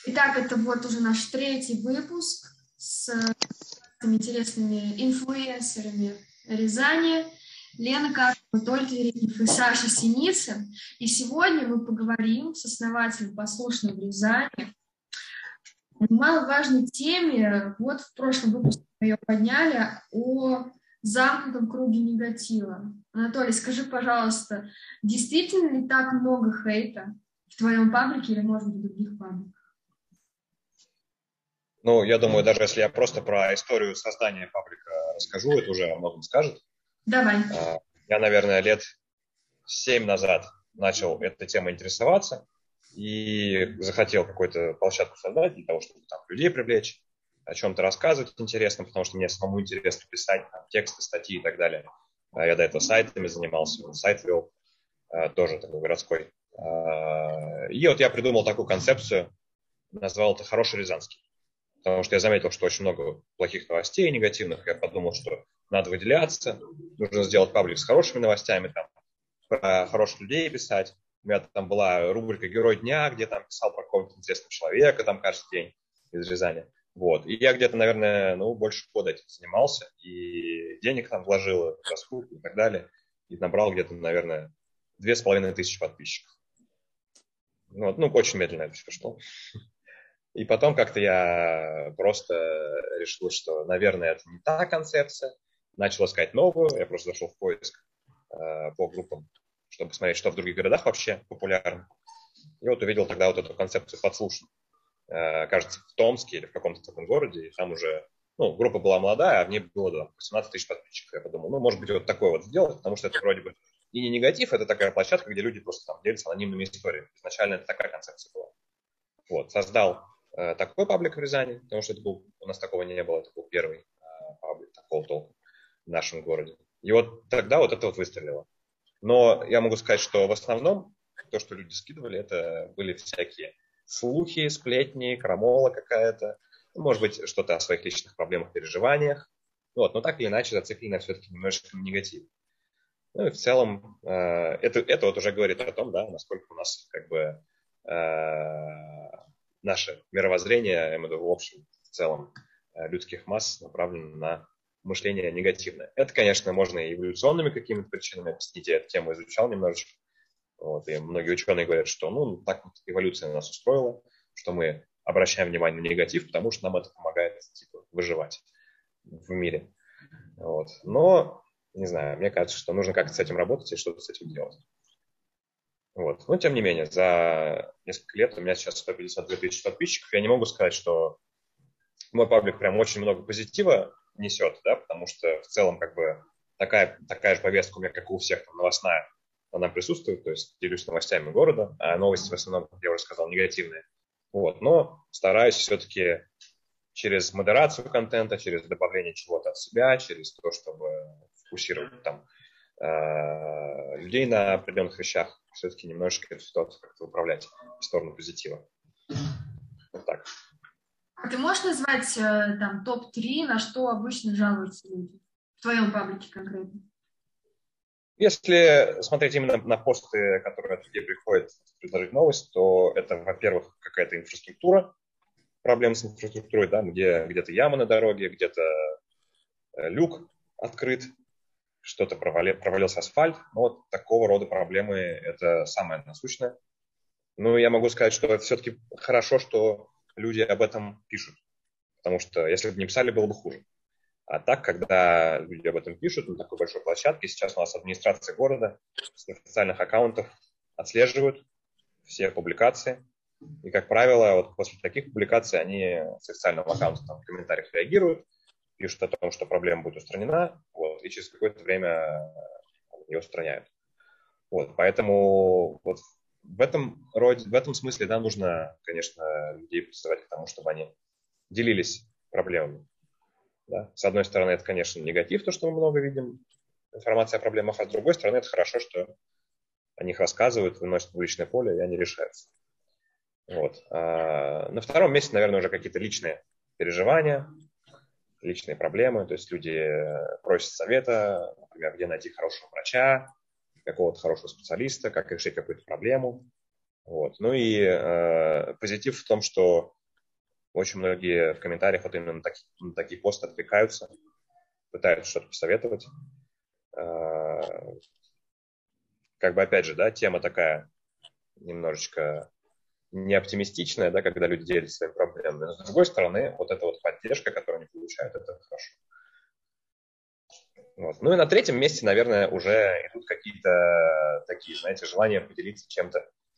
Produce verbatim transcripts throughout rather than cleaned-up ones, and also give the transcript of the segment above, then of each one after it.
Итак, это вот уже наш третий выпуск с интересными инфлюенсерами Рязани. Лена Карпова, Анатолий Тверинов и Саша Синицын. И сегодня мы поговорим с основателем «Послушной в Рязани» о маловажной теме. Вот в прошлом выпуске мы ее подняли о замкнутом круге негатива. Анатолий, скажи, пожалуйста, действительно ли так много хейта в твоем паблике или, может быть, в других пабликах? Ну, я думаю, даже если я просто про историю создания паблика расскажу, это уже о многом скажет. Давай. Я, наверное, лет семь назад начал этой темой интересоваться и захотел какую-то площадку создать для того, чтобы там людей привлечь, о чем-то рассказывать интересно, потому что мне самому интересно писать там, тексты, статьи и так далее. Я до этого сайтами занимался, сайт вел, тоже такой городской. И вот я придумал такую концепцию, назвал это «Хороший Рязанский». Потому что я заметил, что очень много плохих новостей, негативных. Я подумал, что надо выделяться, нужно сделать паблик с хорошими новостями, там, про хороших людей писать. У меня там была рубрика «Герой дня», где там писал про какого-то интересного человека там каждый день из Рязани. Вот. И я где-то, наверное, ну, больше года этим занимался. И денег там вложил, раскрутку и так далее. И набрал где-то, наверное, две с половиной тысячи подписчиков. Вот. Ну, очень медленно это все шло. И потом как-то я просто решил, что, наверное, это не та концепция. Начал искать новую. Я просто зашел в поиск э, по группам, чтобы посмотреть, что в других городах вообще популярно. И вот увидел тогда вот эту концепцию «Подслушан». Э, кажется, в Томске или в каком-то таком городе. И там уже, ну, группа была молодая, а в ней было да, восемнадцать тысяч подписчиков. Я подумал, ну, может быть, вот такое вот сделать, потому что это вроде бы и не негатив, это такая площадка, где люди просто там делятся анонимными историями. Изначально это такая концепция была. Вот, создал такой паблик в Рязани, потому что это был, у нас такого не было, это был первый э, паблик такого толка в нашем городе. И вот тогда вот это вот выстрелило. Но я могу сказать, что в основном то, что люди скидывали, это были всякие слухи, сплетни, крамола какая-то, может быть, что-то о своих личных проблемах, переживаниях. Вот, но так или иначе зациклено все-таки немножечко на негатив. Ну и в целом э, это, это вот уже говорит о том, да, насколько у нас как бы э, наше мировоззрение, я имею в виду, в общем, в целом, людских масс направлено на мышление негативное. Это, конечно, можно и эволюционными какими-то причинами объяснить. Я эту тему изучал немножечко. Вот, и многие ученые говорят, что ну, так вот эволюция нас устроила, что мы обращаем внимание на негатив, потому что нам это помогает типа, выживать в мире. Вот. Но, не знаю, мне кажется, что нужно как-то с этим работать и что-то с этим делать. Вот. Но, тем не менее, за несколько лет у меня сейчас сто пятьдесят две тысячи подписчиков. Я не могу сказать, что мой паблик прям очень много позитива несет, да, потому что в целом как бы такая, такая же повестка у меня, как и у всех, там, новостная, она присутствует, то есть делюсь новостями города, а новости в основном, как я уже сказал, негативные. Вот. Но стараюсь все-таки через модерацию контента, через добавление чего-то от себя, через то, чтобы фокусировать там людей на определенных вещах, все-таки немножечко эту ситуацию как-то управлять в сторону позитива. Вот так. А ты можешь назвать там топ три, на что обычно жалуются люди? В твоем паблике конкретно. Если смотреть именно на посты, которые от людей приходят предложить новость, то это, во-первых, какая-то инфраструктура, проблемы с инфраструктурой, да, где где-то яма на дороге, где-то люк открыт, что-то провали, провалился асфальт. Ну, вот такого рода проблемы – это самое насущное. Ну, я могу сказать, что это все-таки хорошо, что люди об этом пишут. Потому что если бы не писали, было бы хуже. А так, когда люди об этом пишут на такой большой площадке, сейчас у нас администрация города с официальных аккаунтов отслеживают все публикации. И, как правило, вот после таких публикаций они с официального аккаунта там, в комментариях реагируют, пишут о том, что проблема будет устранена, вот, и через какое-то время ее устраняют. Вот, поэтому вот в этом роде, в этом смысле, да, нужно, конечно, людей призывать к тому, чтобы они делились проблемами. Да. С одной стороны, это, конечно, негатив, то, что мы много видим информации о проблемах, а с другой стороны, это хорошо, что о них рассказывают, выносят в публичное поле, и они решаются. Вот. А на втором месте, наверное, уже какие-то личные переживания, личные проблемы, то есть люди просят совета, например, где найти хорошего врача, какого-то хорошего специалиста, как решить какую-то проблему. Вот. Ну и э, позитив в том, что очень многие в комментариях вот именно на такие, на такие посты откликаются, пытаются что-то посоветовать. Э, как бы опять же, да, тема такая немножечко не оптимистичная, да, когда люди делятся своими проблемами. Но с другой стороны, вот эта вот поддержка, которую они получают, это хорошо. Вот. Ну и на третьем месте, наверное, уже идут какие-то такие, знаете, желания поделиться чем-то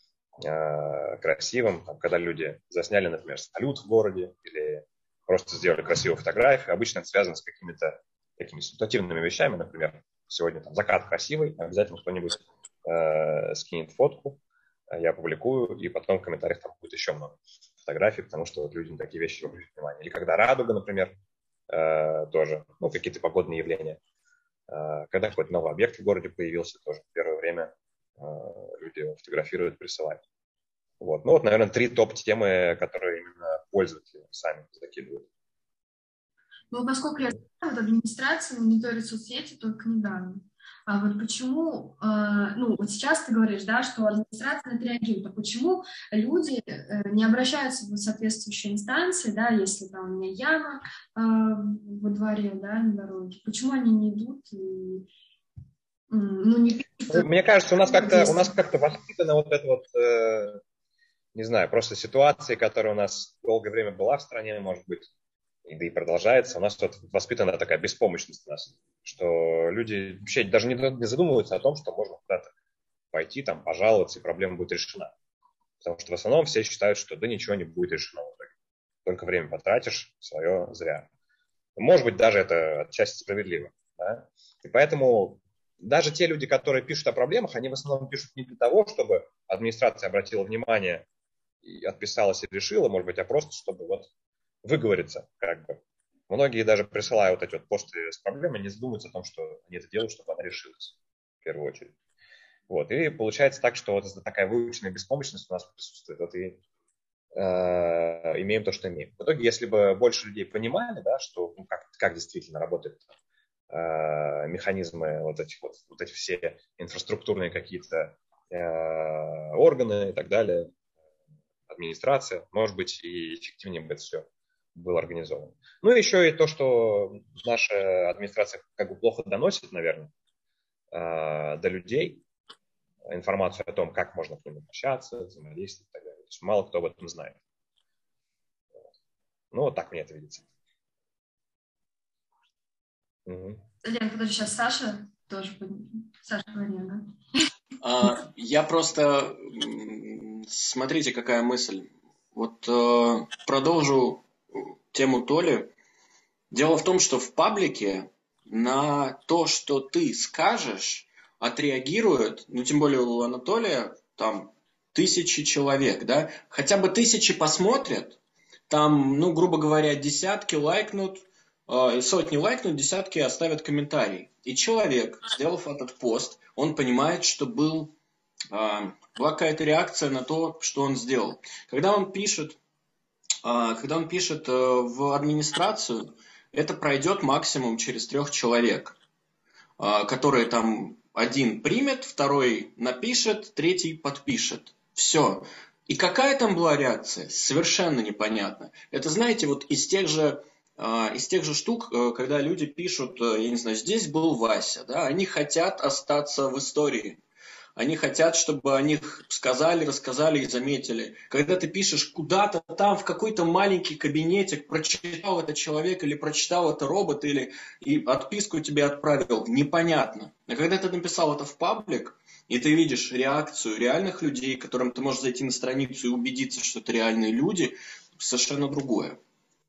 э, красивым, там, когда люди засняли, например, салют в городе или просто сделали красивую фотографию. Обычно это связано с какими-то такими ситуативными вещами, например, сегодня там закат красивый, обязательно кто-нибудь э, скинет фотку, я опубликую, и потом в комментариях там будет еще много фотографий, потому что вот люди на такие вещи обращают внимание. Или когда радуга, например, э, тоже, ну, какие-то погодные явления. Э, когда какой-то новый объект в городе появился, тоже в первое время э, люди его фотографируют, присылают. Вот. Ну вот, наверное, три топ-темы, которые именно пользователи сами закидывают. Ну, насколько я знаю, вот администрация мониторит соцсети только недавно. А вот почему, э, ну, вот сейчас ты говоришь, да, что администрация на это реагирует, а почему люди э, не обращаются в соответствующие инстанции, да, если там у меня яма э, во дворе, да, на дороге, почему они не идут и, ну, не пишут? Мне кажется, у нас как-то, у нас как-то воспитана вот эта вот, э, не знаю, просто ситуация, которая у нас долгое время была в стране, может быть, и, да и продолжается. У нас вот воспитана такая беспомощность у нас, что люди вообще даже не, не задумываются о том, что можно куда-то пойти, там, пожаловаться, и проблема будет решена. Потому что в основном все считают, что да ничего не будет решено в итоге. Только время потратишь свое зря. Может быть, даже это отчасти справедливо. Да? И поэтому даже те люди, которые пишут о проблемах, они в основном пишут не для того, чтобы администрация обратила внимание и отписалась и решила, может быть, а просто чтобы вот выговориться, как бы. Многие даже присылая вот эти вот посты с проблемой, не задумываются о том, что они это делают, чтобы она решилась в первую очередь. Вот. И получается так, что вот такая выученная беспомощность у нас присутствует. Вот и э, имеем то, что имеем. В итоге, если бы больше людей понимали, да, что ну, как, как действительно работают э, механизмы, вот этих вот, вот эти все инфраструктурные какие-то э, органы и так далее, администрация, может быть, и эффективнее бы это все было организовано. Ну и еще и то, что наша администрация как бы плохо доносит, наверное, до людей информацию о том, как можно к ним обращаться, взаимодействовать и так далее. То есть мало кто об этом знает. Ну, вот так мне это видится. Угу. Лен, подожди, сейчас Саша тоже. Саша, говори, да? А, я просто... Смотрите, какая мысль. Вот э, продолжу тему Толи. Дело в том, что в паблике на то, что ты скажешь, отреагирует, ну, тем более у Анатолия, там, тысячи человек, да, хотя бы тысячи посмотрят, там, ну, грубо говоря, десятки лайкнут, э, сотни лайкнут, десятки оставят комментарий. И человек, сделав этот пост, он понимает, что был, э, была какая-то реакция на то, что он сделал. Когда он пишет, э, когда он пишет э, в администрацию, это пройдет максимум через трех человек, которые там один примет, второй напишет, третий подпишет. Все. И какая там была реакция? Совершенно непонятно. Это, знаете, вот из тех же, из тех же штук, когда люди пишут, я не знаю, здесь был Вася, да, они хотят остаться в истории. Они хотят, чтобы о них сказали, рассказали и заметили. Когда ты пишешь куда-то там, в какой-то маленький кабинетик, прочитал это человек или прочитал это робот, или и отписку тебе отправил, непонятно. А когда ты написал это в паблик, и ты видишь реакцию реальных людей, которым ты можешь зайти на страницу и убедиться, что это реальные люди, совершенно другое.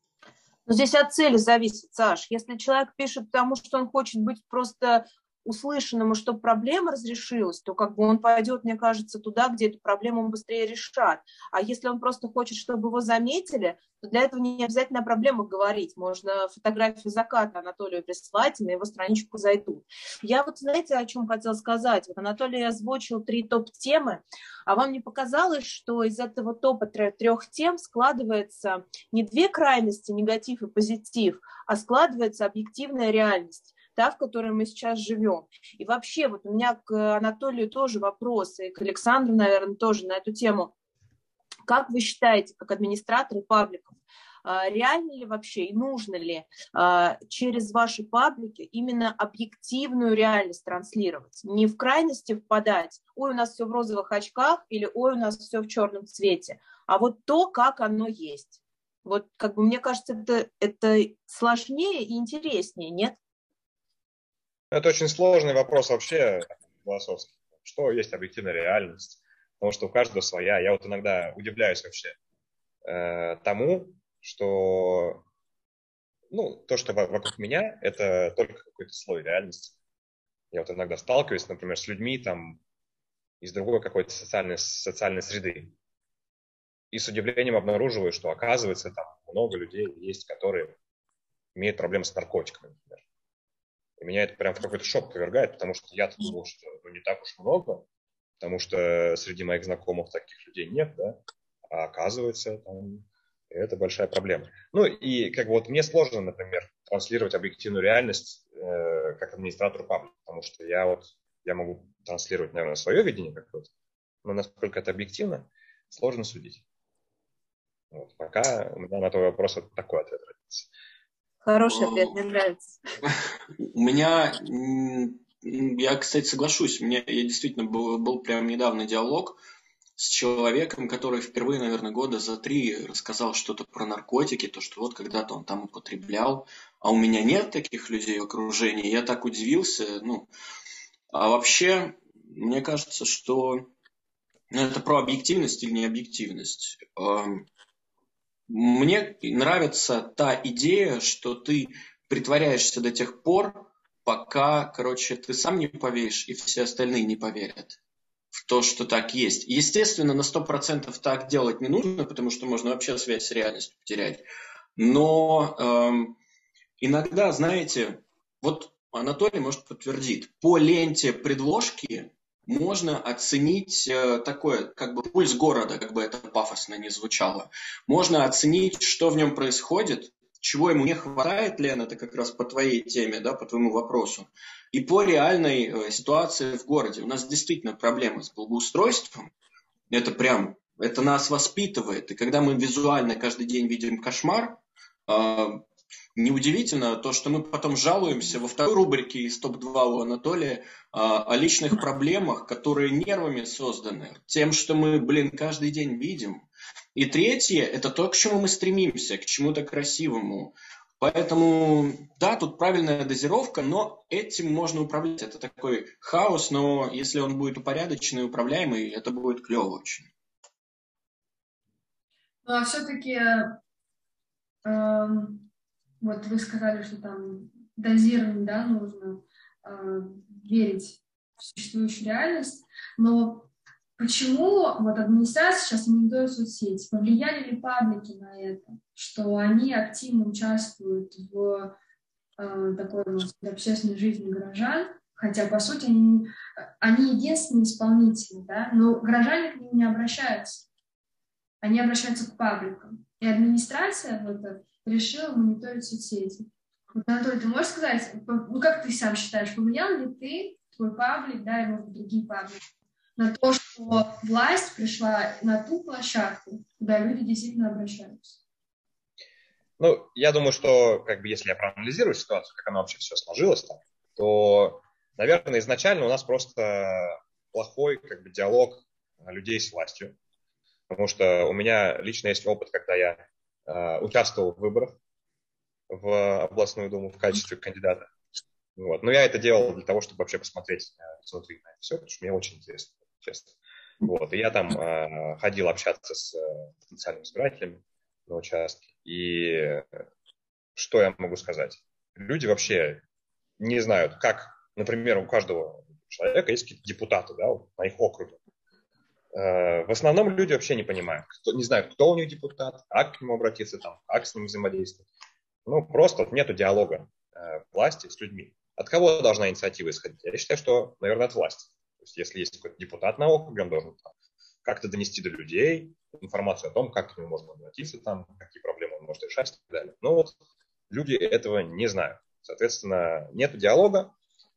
Но здесь от цели зависит, Саш. Если человек пишет потому, что он хочет быть просто услышанному, чтобы проблема разрешилась, то как бы он пойдет, мне кажется, туда, где эту проблему он быстрее решат. А если он просто хочет, чтобы его заметили, то для этого не обязательно о проблемах говорить. Можно фотографию заката Анатолию прислать, и на его страничку зайдут. Я вот, знаете, о чем хотела сказать? Вот Анатолий озвучил три топ-темы, а вам не показалось, что из этого топа трех тем складывается не две крайности, негатив и позитив, а складывается объективная реальность? та, в которой мы сейчас живем. И вообще, вот у меня к Анатолию тоже вопрос, и к Александру, наверное, тоже на эту тему. Как вы считаете, как администраторы пабликов, реально ли вообще и нужно ли через ваши паблики именно объективную реальность транслировать? Не в крайности впадать, ой, у нас все в розовых очках, или ой, у нас все в черном цвете, а вот то, как оно есть. Вот, как бы, мне кажется, это, это сложнее и интереснее, нет? Это очень сложный вопрос вообще философский. Что есть объективная реальность? Потому что у каждого своя. Я вот иногда удивляюсь вообще э, тому, что ну, то, что вокруг меня, это только какой-то слой реальности. Я вот иногда сталкиваюсь, например, с людьми там из другой какой-то социальной, социальной среды. И с удивлением обнаруживаю, что, оказывается, там много людей есть, которые имеют проблемы с наркотиками, например. И меня это прям в какой-то шок повергает, потому что я думал, что ну, не так уж много, потому что среди моих знакомых таких людей нет, да, а оказывается, там, это большая проблема. Ну и как бы вот мне сложно, например, транслировать объективную реальность э, как администратору паблика, потому что я вот, я могу транслировать, наверное, свое видение какое-то, но насколько это объективно, сложно судить. Вот, пока у меня на твой вопрос вот такой ответ родится. Хороший ответ, мне нравится. У меня, я, кстати, соглашусь, у меня я действительно был, был прям недавно диалог с человеком, который впервые, наверное, года за три рассказал что-то про наркотики, то, что вот когда-то он там употреблял, а у меня нет таких людей в окружении. Я так удивился. Ну, а вообще, мне кажется, что ну, это про объективность или необъективность. Мне нравится та идея, что ты притворяешься до тех пор, пока, короче, ты сам не поверишь, и все остальные не поверят в то, что так есть. Естественно, на сто процентов так делать не нужно, потому что можно вообще связь с реальностью потерять. Но эм, иногда, знаете, вот Анатолий, может, подтвердит, по ленте предложки можно оценить э, такое, как бы пульс города, как бы это пафосно не звучало. Можно оценить, что в нем происходит, чего ему не хватает, Лен, это как раз по твоей теме, да, по твоему вопросу, и по реальной э, ситуации в городе. У нас действительно проблемы с благоустройством. Это прям, это нас воспитывает. И когда мы визуально каждый день видим кошмар, э, неудивительно то, что мы потом жалуемся во второй рубрике из топ два у Анатолия а, о личных проблемах, которые нервами созданы, тем, что мы, блин, каждый день видим. И третье, это то, к чему мы стремимся, к чему-то красивому. Поэтому, да, тут правильная дозировка, но этим можно управлять. Это такой хаос, но если он будет упорядоченный, управляемый, это будет клево очень. Ну, а все-таки... Эм... Вот вы сказали, что там дозирование, да, нужно э, верить в существующую реальность, но почему вот администрация сейчас мониторит соцсети? Повлияли ли паблики на это, что они активно участвуют в э, такой вот, общественной жизни горожан, хотя, по сути, они, они единственные исполнители, да, но горожане к ним не обращаются, они обращаются к пабликам. И администрация вот решила мониторить соцсети. Вот, Анатолий, ты можешь сказать, ну как ты сам считаешь, повлиял ли ты, твой паблик, да, и, может быть, другие паблики, на то, что власть пришла на ту площадку, куда люди действительно обращаются? Ну, я думаю, что, как бы, если я проанализирую ситуацию, как она вообще все сложилось там, то, наверное, изначально у нас просто плохой, как бы, диалог людей с властью. Потому что у меня лично есть опыт, когда я э, участвовал в выборах в областную думу в качестве кандидата. Вот. Но я это делал для того, чтобы вообще посмотреть э, изнутри на это все, потому что мне очень интересно, честно. Вот. И я там э, ходил общаться с э, потенциальными избирателями на участке. И э, что я могу сказать? Люди вообще не знают, как, например, у каждого человека есть какие-то депутаты, да, на их округе. В основном люди вообще не понимают, кто, не знают, кто у них депутат, как к нему обратиться, там, как с ним взаимодействовать. Ну, просто вот нету диалога э, власти с людьми. От кого должна инициатива исходить? Я считаю, что, наверное, от власти. То есть, если есть какой-то депутат на округе, он должен там, как-то донести до людей информацию о том, как к нему можно обратиться, там, какие проблемы он может решать и так далее. Но вот люди этого не знают. Соответственно, нет диалога,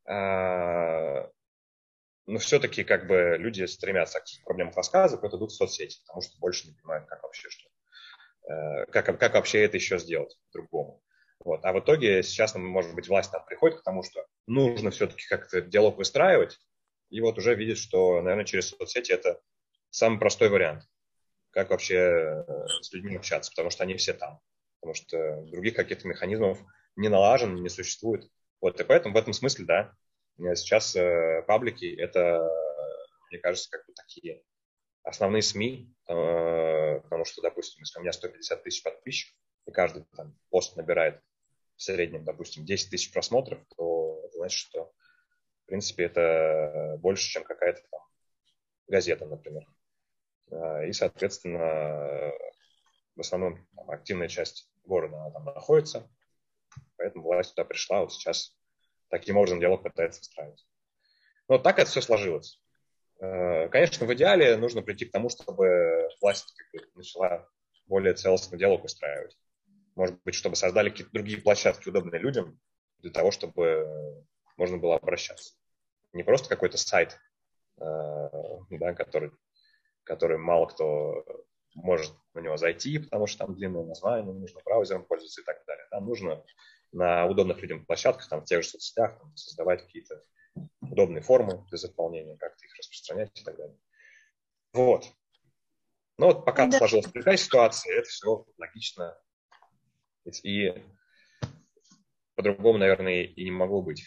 но все-таки как бы люди стремятся к проблемам рассказа, вот идут в соцсети, потому что больше не понимают, как вообще что, как, как вообще это еще сделать по-другому. Вот. А в итоге сейчас, может быть, власть нам приходит к тому, что нужно все-таки как-то диалог выстраивать, и вот уже видит, что, наверное, через соцсети это самый простой вариант, как вообще с людьми общаться, потому что они все там, потому что других каких-то механизмов не налажено, не существует. Вот, и поэтому в этом смысле, да, сейчас э, паблики – это, мне кажется, как бы такие основные СМИ, э, потому что, допустим, если у меня сто пятьдесят тысяч подписчиков, и каждый там пост набирает в среднем, допустим, десять тысяч просмотров, то это значит, что, в принципе, это больше, чем какая-то там газета, например. И, соответственно, в основном там, активная часть города она там находится, поэтому власть туда пришла, вот сейчас таким образом диалог пытается устраивать. Но вот так это все сложилось. Конечно, в идеале нужно прийти к тому, чтобы власть как бы начала более целостный диалог устраивать. Может быть, чтобы создали какие-то другие площадки, удобные людям, для того, чтобы можно было обращаться. Не просто какой-то сайт, да, который, который мало кто может на него зайти, потому что там длинное название, нужно браузером пользоваться и так далее. Там нужно на удобных людям площадках, там, в тех же соцсетях там, создавать какие-то удобные формы для заполнения, как-то их распространять и так далее. Вот. Ну вот пока да. сложилась такая ситуация, это все логично. И по-другому, наверное, и не могло быть.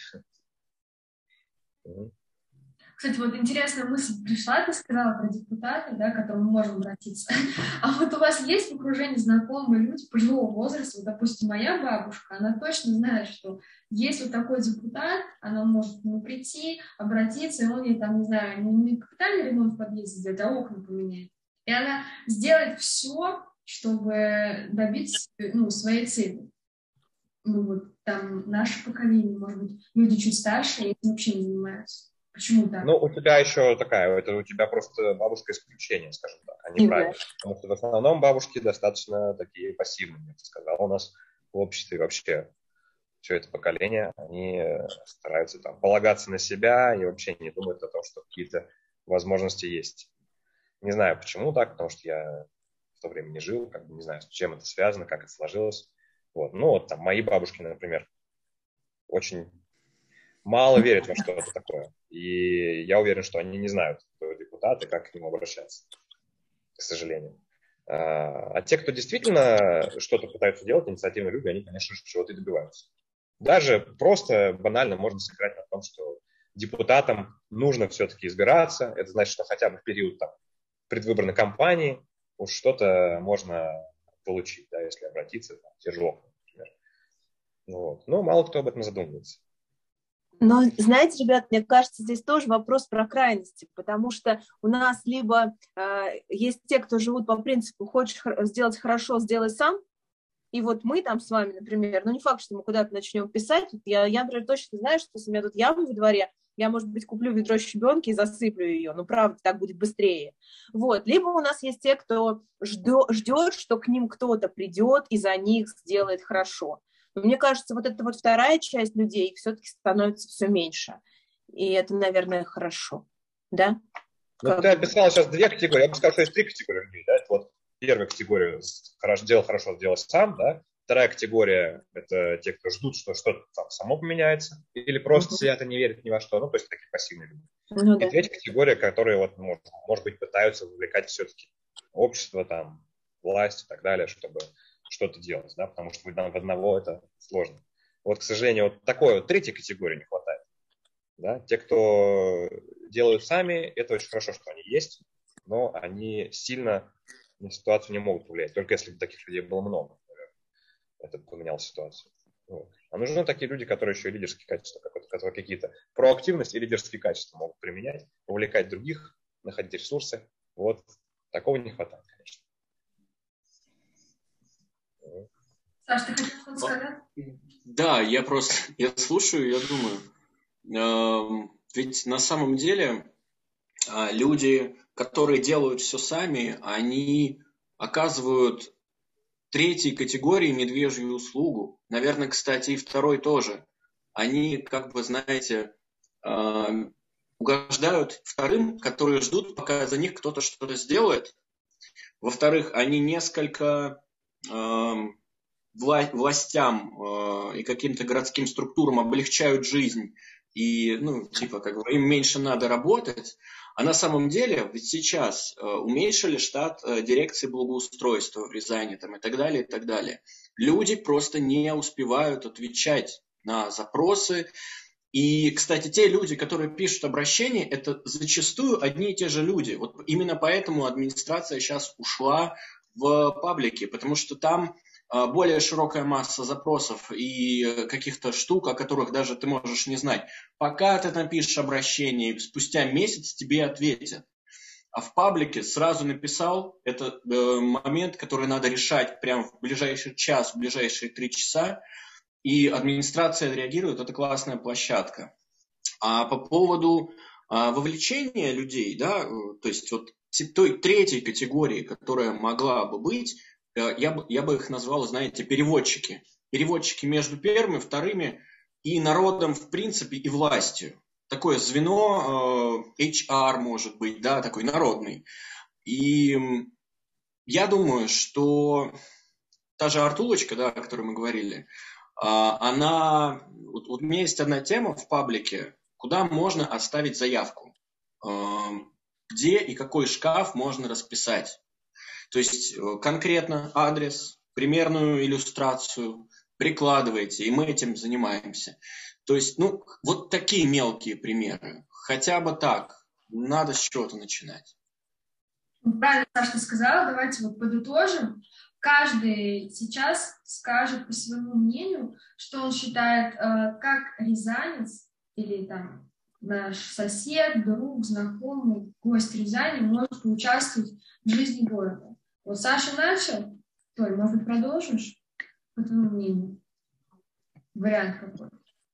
Кстати, вот интересная мысль пришла, ты сказала про депутата, да, к которому мы можем обратиться. А вот у вас есть в окружении знакомые люди пожилого возраста, вот, допустим, моя бабушка, она точно знает, что есть вот такой депутат, она может к нему прийти, обратиться, и он ей там, не знаю, не капитальный ремонт в подъезде сделать, а окна поменяет. И она сделает все, чтобы добиться, ну, своей цели. Ну, вот там наше поколение, может быть, люди чуть старше, этим вообще не занимаются. Почему так? Ну, у тебя еще такая, это у тебя просто бабушка исключение, скажем так, а не правило. Потому что в основном бабушки достаточно такие пассивные, я бы сказал. У нас в обществе вообще все это поколение, они стараются там полагаться на себя и вообще не думают о том, что какие-то возможности есть. Не знаю, почему так, потому что я в то время не жил, как бы не знаю, с чем это связано, как это сложилось. Вот. Ну, вот там мои бабушки, например, очень мало верят во что-то такое. И я уверен, что они не знают, кто депутат и как к нему обращаться, к сожалению. А те, кто действительно что-то пытаются делать, инициативные люди, они, конечно же, чего-то и добиваются. Даже просто банально можно сыграть на том, что депутатам нужно все-таки избираться. Это значит, что хотя бы в период там, предвыборной кампании уж что-то можно получить, да, если обратиться, там, те же окна, например. Вот. Но мало кто об этом задумывается. Но, знаете, ребят, мне кажется, здесь тоже вопрос про крайности, потому что у нас либо э, есть те, кто живут по принципу «хочешь сделать хорошо, сделай сам», и вот мы там с вами, например, ну не факт, что мы куда-то начнем писать, я, я например, точно знаю, что если у меня тут яма во дворе, я, может быть, куплю ведро щебенки и засыплю ее, ну, правда, так будет быстрее. Вот. Либо у нас есть те, кто ждет, ждет, что к ним кто-то придет и за них сделает хорошо. Но мне кажется, вот эта вот вторая часть людей все-таки становится все меньше. И это, наверное, хорошо. Да? Ну, как... ты описала сейчас две категории. Я бы сказал, что есть три категории людей. Да? Это вот первая категория – делал хорошо, сделал сам. Да? Вторая категория – это те, кто ждут, что что-то там само поменяется. Или просто сидят и не верят ни во что. Ну, то есть такие пассивные люди. Ну, и да. Третья категория, которые, вот, может, может быть, пытаются вовлекать все-таки общество, там, власть и так далее, чтобы что-то делать, да, потому что в одного это сложно. Вот, к сожалению, вот такой вот третьей категории не хватает. Да? Те, кто делают сами, это очень хорошо, что они есть, но они сильно на ситуацию не могут повлиять, только если бы таких людей было много, наверное, это поменяло ситуацию. Вот. А нужны такие люди, которые еще и лидерские качества, которые какие-то проактивность и лидерские качества могут применять, увлекать других, находить ресурсы. Вот такого не хватает, конечно. Саш, ты хотел что-то сказать? Да, я просто, я слушаю, я думаю, э, ведь на самом деле э, люди, которые делают все сами, они оказывают третьей категории медвежью услугу. Наверное, кстати, и второй тоже. они, как бы, знаете, угождают вторым, которые ждут, пока за них кто-то что-то сделает. Во-вторых, они несколько властям и каким-то городским структурам облегчают жизнь, и, ну, типа, как бы, им меньше надо работать. А на самом деле, ведь сейчас уменьшили штат дирекции благоустройства в Рязани там, и так далее, и так далее. Люди просто не успевают отвечать на запросы. И, кстати, те люди, которые пишут обращения, это зачастую одни и те же люди. Вот именно поэтому администрация сейчас ушла в паблики, потому что там более широкая масса запросов и каких-то штук, о которых даже ты можешь не знать. Пока ты напишешь обращение, спустя месяц тебе ответят. А в паблике сразу написал, это э, момент, который надо решать прямо в ближайший час, в ближайшие три часа, и администрация реагирует, это классная площадка. А по поводу а, вовлечения людей, да, то есть вот той третьей категории, которая могла бы быть, я бы, я бы их назвал, знаете, переводчики. Переводчики между первыми, вторыми и народом в принципе и властью. Такое звено э, эйч ар может быть, да, такой народный. И я думаю, что та же Артулочка, да, о которой мы говорили, э, она... Вот, вот у меня есть одна тема в паблике, куда можно оставить заявку. Э, где и какой шкаф можно расписать. То есть конкретно адрес, примерную иллюстрацию прикладываете, и мы этим занимаемся. То есть, ну, вот такие мелкие примеры. Хотя бы так. Надо с чего-то начинать. Правильно Саша сказала, давайте вот подытожим. Каждый сейчас скажет по своему мнению, что он считает, как рязанец или там наш сосед, друг, знакомый, гость Рязани может поучаствовать в жизни города. Вот Саша начал. Толь, может, продолжишь? По твоему мнению. Вариант какой?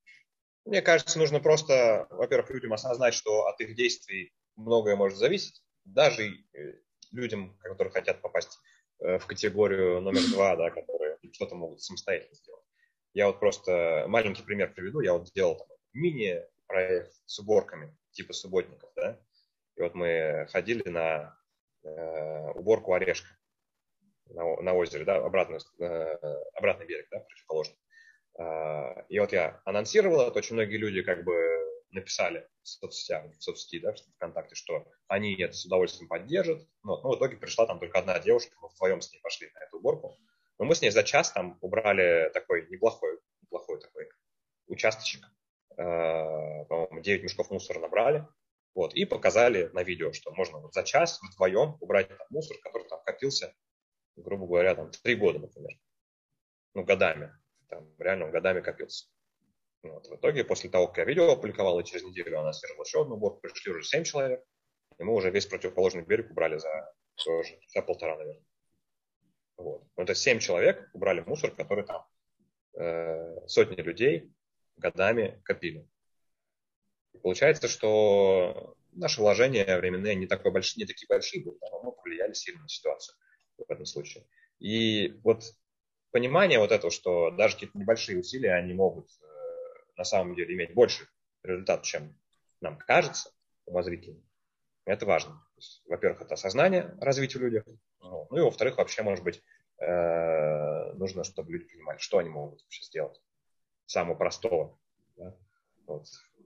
Мне кажется, нужно просто, во-первых, людям осознать, что от их действий многое может зависеть. Даже людям, которые хотят попасть в категорию номер два, да, которые что-то могут самостоятельно сделать. Я вот просто маленький пример приведу. Я вот делал мини-проект с уборками, типа субботников, да. И вот мы ходили на э, уборку Орешка на, на озере, да, обратный, э, обратный берег, да, противоположный. Э, и вот я анонсировал это, очень многие люди как бы написали в соцсетях, в соцсети, да, в ВКонтакте, что они это с удовольствием поддержат. Но, ну, в итоге пришла там только одна девушка, мы вдвоем с ней пошли на эту уборку. Но мы с ней за час там убрали такой неплохой, неплохой такой участочек. Э, по-моему, девять мешков мусора набрали. Вот, и показали на видео, что можно вот за час вдвоем убрать там мусор, который там копился, грубо говоря, там три года, например. Ну, годами. Там реально годами копился. Вот. В итоге, после того, как я видео опубликовал, и через неделю она сверила еще одну уборку, пришли уже семь человек, и мы уже весь противоположный берег убрали за, тоже, за полтора, наверное. Вот. Но это семь человек убрали мусор, который там э, сотни людей годами копили. И получается, что наши вложения временные не, такой большие, не такие большие были, но мы повлияли сильно на ситуацию в этом случае. И вот понимание вот этого, что даже какие-то небольшие усилия, они могут э, на самом деле иметь больше результат, чем нам кажется, умозрительно, это важно. Есть, во-первых, это осознание развития в людях, ну, ну и во-вторых, вообще, может быть, э, нужно, чтобы люди понимали, что они могут вообще сделать. Самого простого. Да? Вот.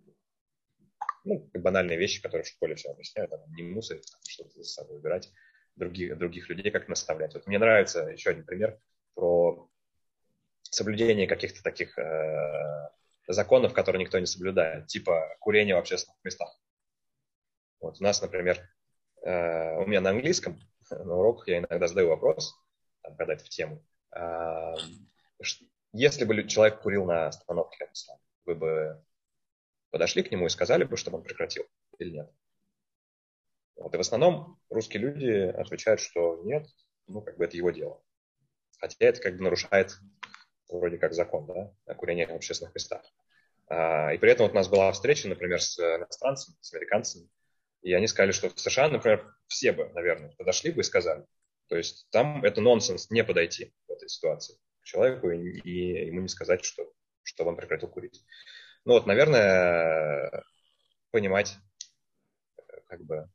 Ну, банальные вещи, которые в школе все объясняют, там, не мусорить, что-то за собой убирать, других, других людей как наставлять. Вот мне нравится еще один пример про соблюдение каких-то таких э, законов, которые никто не соблюдает, типа курение в общественных местах. Вот у нас, например, э, у меня на английском на уроках я иногда задаю вопрос, там, когда это в тему, э, если бы человек курил на остановке, вы бы подошли к нему и сказали бы, чтобы он прекратил или нет. Вот. И в основном русские люди отвечают, что нет, ну, как бы это его дело. Хотя это как бы нарушает вроде как закон, да, о курении в общественных местах. А, и при этом вот у нас была встреча, например, с иностранцами, с американцами, и они сказали, что в США, например, все бы, наверное, подошли бы и сказали. То есть там это нонсенс не подойти в этой ситуации к человеку и, и ему не сказать, что, чтобы он прекратил курить. Ну вот, наверное, понимать как бы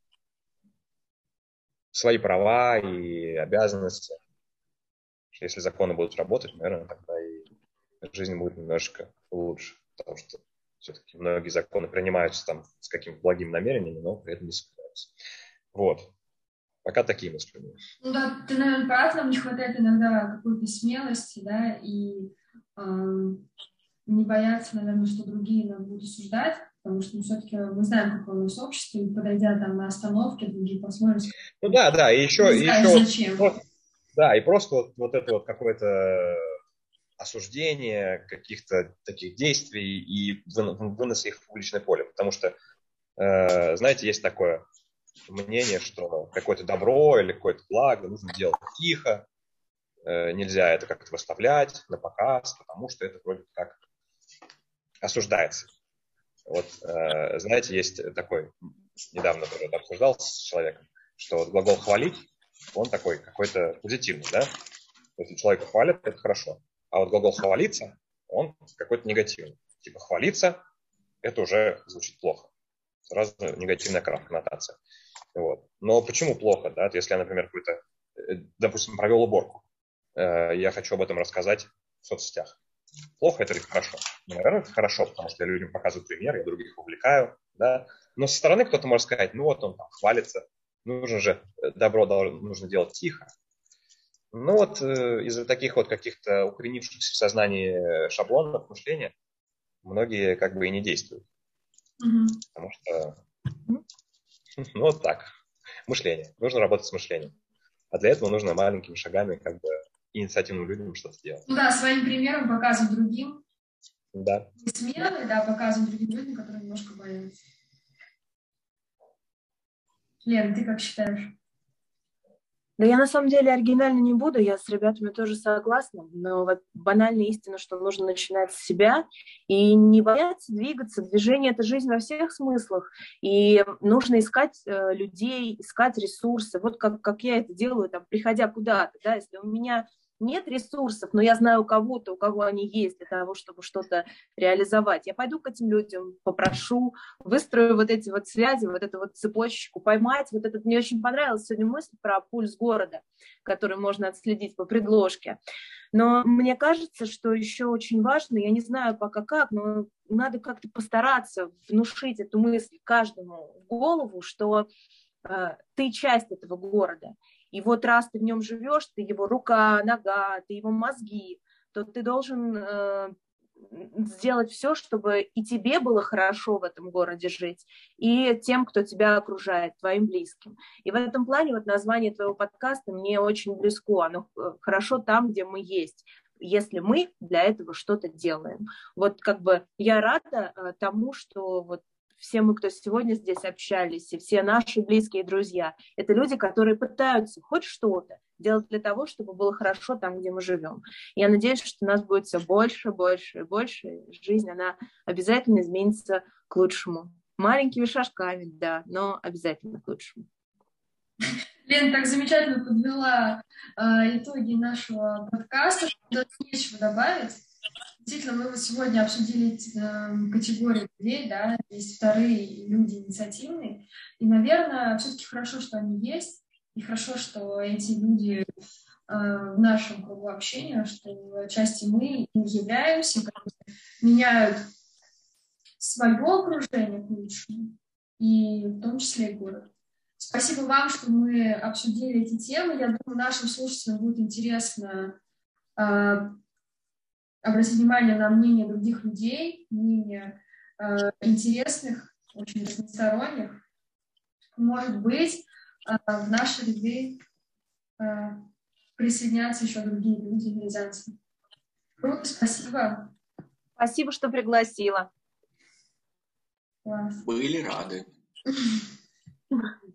свои права и обязанности. Если законы будут работать, наверное, тогда и жизнь будет немножко лучше. Потому что все-таки многие законы принимаются там с каким-то благим намерением, но при этом не соблюдаются. Вот. Пока такие мысли. Ну да, ты, наверное, прав, нам не хватает иногда какой-то смелости, да, и э, не бояться, наверное, что другие нас будут осуждать, потому что ну, все-таки мы знаем, какое у нас общество, и подойдя там на остановке, другие посмотрят. Ну да, да, и еще, не и знаешь, еще зачем. Вот, да, и просто вот, вот это вот какое-то осуждение каких-то таких действий и вынос их в публичное поле. Потому что, э, знаете, есть такое мнение, что какое-то добро или какое-то благо нужно делать тихо, э, нельзя это как-то выставлять на показ, потому что это вроде как осуждается. Вот, э, знаете, есть такой, недавно тоже это обсуждал с человеком, что вот глагол «хвалить», он такой какой-то позитивный, да? Если человека хвалят, это хорошо. А вот глагол «хвалиться», он какой-то негативный. Типа «хвалиться» – это уже звучит плохо. Сразу негативная коннотация. Вот. Но почему плохо, да? Если я, например, какой-то, допустим, провел уборку, я хочу об этом рассказать в соцсетях. Плохо это или хорошо? Ну, наверное, это хорошо, потому что я людям показываю пример, я других увлекаю, да. Но со стороны кто-то может сказать, ну вот он там хвалится, нужно же, добро нужно делать тихо. Ну вот э, из-за таких вот каких-то укоренившихся в сознании шаблонов мышления многие как бы и не действуют. Mm-hmm. Потому что, ну вот так, мышление. Нужно работать с мышлением. А для этого нужно маленькими шагами как бы инициативным людям что-то делать. Ну да, своим примером показывать другим. Да. И смелые, да, показывать другим людям, которые немножко боятся. Лен, ты как считаешь? Да я на самом деле оригинально не буду, я с ребятами тоже согласна, но вот банальная истина, что нужно начинать с себя и не бояться двигаться. Движение – это жизнь во всех смыслах, и нужно искать э, людей, искать ресурсы. Вот как, как я это делаю, там, приходя куда-то, да, если у меня нет ресурсов, но я знаю у кого-то, у кого они есть для того, чтобы что-то реализовать. Я пойду к этим людям, попрошу, выстрою вот эти вот связи, вот эту вот цепочку, поймать. Вот этот мне очень понравилась сегодня мысль про пульс города, который можно отследить по предложке. Но мне кажется, что еще очень важно, я не знаю пока как, но надо как-то постараться внушить эту мысль каждому в голову, что э, ты часть этого города. И вот раз ты в нем живешь, ты его рука, нога, ты его мозги, то ты должен э, сделать все, чтобы и тебе было хорошо в этом городе жить, и тем, кто тебя окружает, твоим близким. И в этом плане вот название твоего подкаста мне очень близко. Оно хорошо там, где мы есть, если мы для этого что-то делаем. Вот как бы я рада э, тому, что вот все мы, кто сегодня здесь общались, и все наши близкие друзья, это люди, которые пытаются хоть что-то делать для того, чтобы было хорошо там, где мы живем. Я надеюсь, что нас будет все больше, больше и больше. Жизнь, она обязательно изменится к лучшему. Маленькими шажками, да, но обязательно к лучшему. Лена так замечательно подвела э, итоги нашего подкаста. Тут нечего добавить. Действительно, мы вот сегодня обсудили э, категории людей, да, есть вторые люди инициативные, и, наверное, все-таки хорошо, что они есть, и хорошо, что эти люди э, в нашем кругу общения, что отчасти мы им являемся, меняют свое окружение к лучшему, и в том числе и город. Спасибо вам, что мы обсудили эти темы. Я думаю, нашим слушателям будет интересно э, обратить внимание на мнение других людей, мнение э, интересных, очень разносторонних. Может быть, э, в наши ряды э, присоединятся еще другие люди, рязанцы. Круто, спасибо. Спасибо, что пригласила. Класс. Были рады.